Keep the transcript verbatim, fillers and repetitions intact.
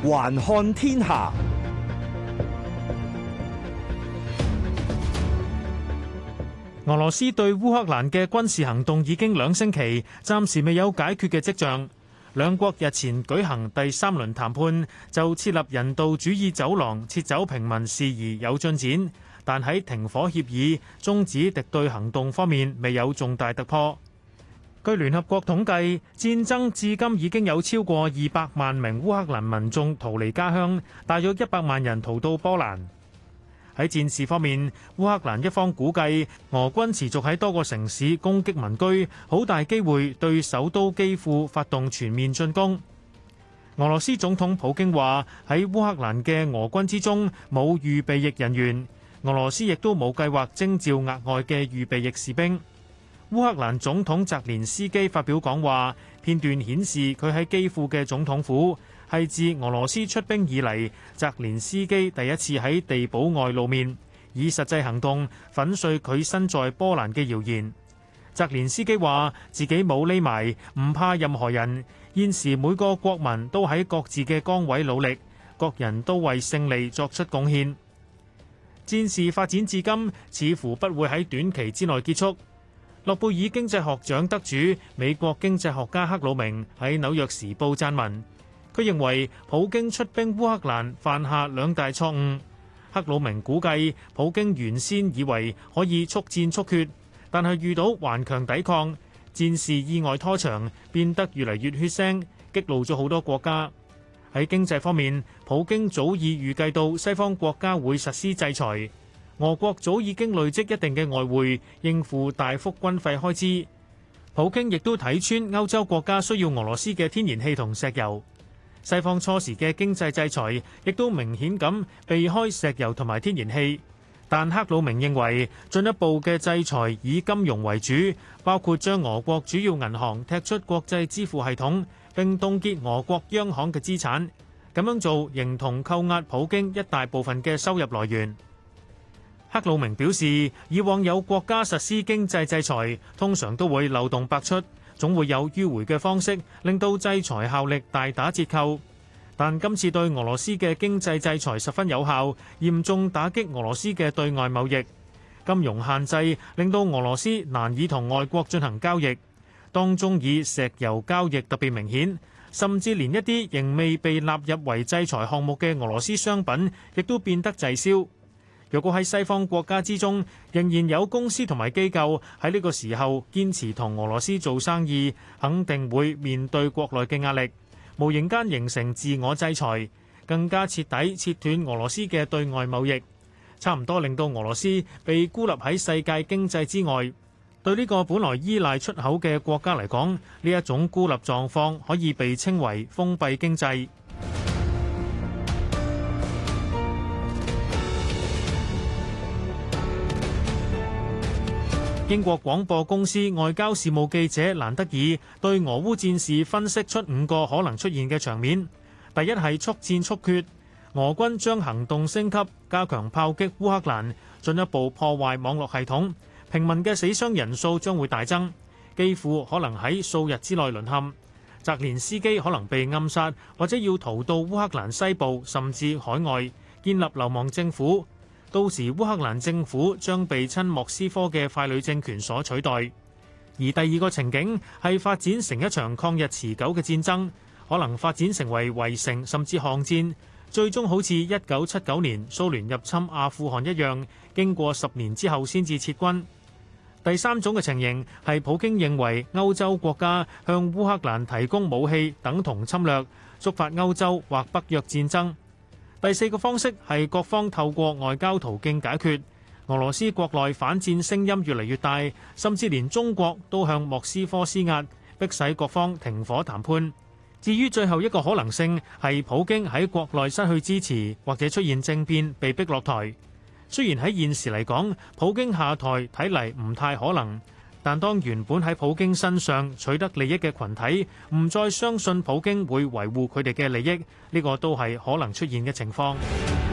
環看天下。 俄羅斯對烏克蘭嘅軍事行動已經兩星期，暫時未有解決嘅跡象。兩國日前舉行第三輪談判，就設立人道主義走廊撤走平民事宜有進展，但喺停火協議、終止敵對行動方面未有重大突破。據聯合國統計，戰爭至今已經有超過二百萬名烏克蘭民眾逃離家鄉，大約一百萬人逃到波蘭。喺戰事方面，烏克蘭一方估計俄軍持續喺多個城市攻擊民居，好大機會對首都基輔發動全面進攻。俄羅斯總統普京話喺烏克蘭嘅俄軍之中冇預備役人員，俄羅斯亦都冇計劃徵召額外嘅預備役士兵。烏克蘭總統澤連斯基發表講話，片段顯示佢喺基輔嘅總統府。係自俄羅斯出兵以嚟，澤連斯基第一次喺地堡外露面，以實際行動粉碎佢身在波蘭嘅謠言。澤連斯基話自己冇匿埋，唔怕任何人。現時每個國民都喺各自嘅崗位努力，各人都為勝利作出貢獻。戰事發展至今，似乎不會喺短期之內結束。諾貝爾經濟學獎得主美國經濟學家克魯明喺紐約時報撰文。佢認為普京出兵烏克蘭犯下兩大錯誤。克魯明估計，普京原先以為可以速戰速決，但係遇到頑強抵抗，戰事意外拖長，變得越嚟越血腥，激怒咗好多國家。喺經濟方面，普京早已預計到西方國家會實施制裁，俄國早已經累積一定嘅外匯，應付大幅軍費開支。普京亦都睇穿歐洲國家需要俄羅斯嘅天然氣同石油。西方初時嘅經濟制裁亦都明顯咁避開石油同埋天然氣，但克魯明認為進一步嘅制裁以金融為主，包括將俄國主要銀行踢出國際支付系統，並凍結俄國央行嘅資產。咁樣做形同扣押普京一大部分嘅收入來源。克魯明表示，以往有國家實施經濟制裁，通常都會漏洞百出，總會有迂迴嘅方式，令到制裁效力大打折扣。但今次對俄羅斯嘅經濟制裁十分有效，嚴重打擊俄羅斯嘅對外貿易。金融限制令到俄羅斯難以同外國進行交易，當中以石油交易特別明顯，甚至連一啲仍未被納入為制裁項目嘅俄羅斯商品，亦都變得滯銷。若果喺西方國家之中，仍然有公司同埋機構喺呢個時候堅持同俄羅斯做生意，肯定會面對國內嘅壓力，無形間形成自我制裁，更加徹底切斷俄羅斯嘅對外貿易，差唔多令到俄羅斯被孤立喺世界經濟之外。對呢個本來依賴出口嘅國家嚟講，呢一種孤立狀況可以被稱為封閉經濟。英國廣播公司外交事務記者蘭德爾對俄烏戰事分析出五個可能出現嘅場面。第一係速戰速決，俄軍將行動升級，加強炮擊烏克蘭，進一步破壞網絡系統，平民嘅死傷人數將會大增，幾乎可能喺數日之內淪陷。澤連斯基可能被暗殺，或者要逃到烏克蘭西部甚至海外，建立流亡政府。到時烏克蘭政府將被親莫斯科嘅傀儡政權所取代。而第二個情景係發展成一場抗日持久嘅戰爭，可能發展成為圍城甚至巷戰，最終好似一九七九年蘇聯入侵阿富汗一樣，經過十年之後先至撤軍。第三種嘅情形係普京認為歐洲國家向烏克蘭提供武器等同侵略，觸發歐洲或北約戰爭。第四個方式係各方透過外交途徑解決。俄羅斯國內反戰聲音越嚟越大，甚至連中國都向莫斯科施壓，迫使各方停火談判。至於最後一個可能性係普京喺國內失去支持，或者出現政變被逼落台。雖然喺現時嚟講，普京下台睇嚟唔太可能，但當原本喺普京身上取得利益嘅群體唔再相信普京會維護佢哋嘅利益，呢個都係可能出現嘅情況。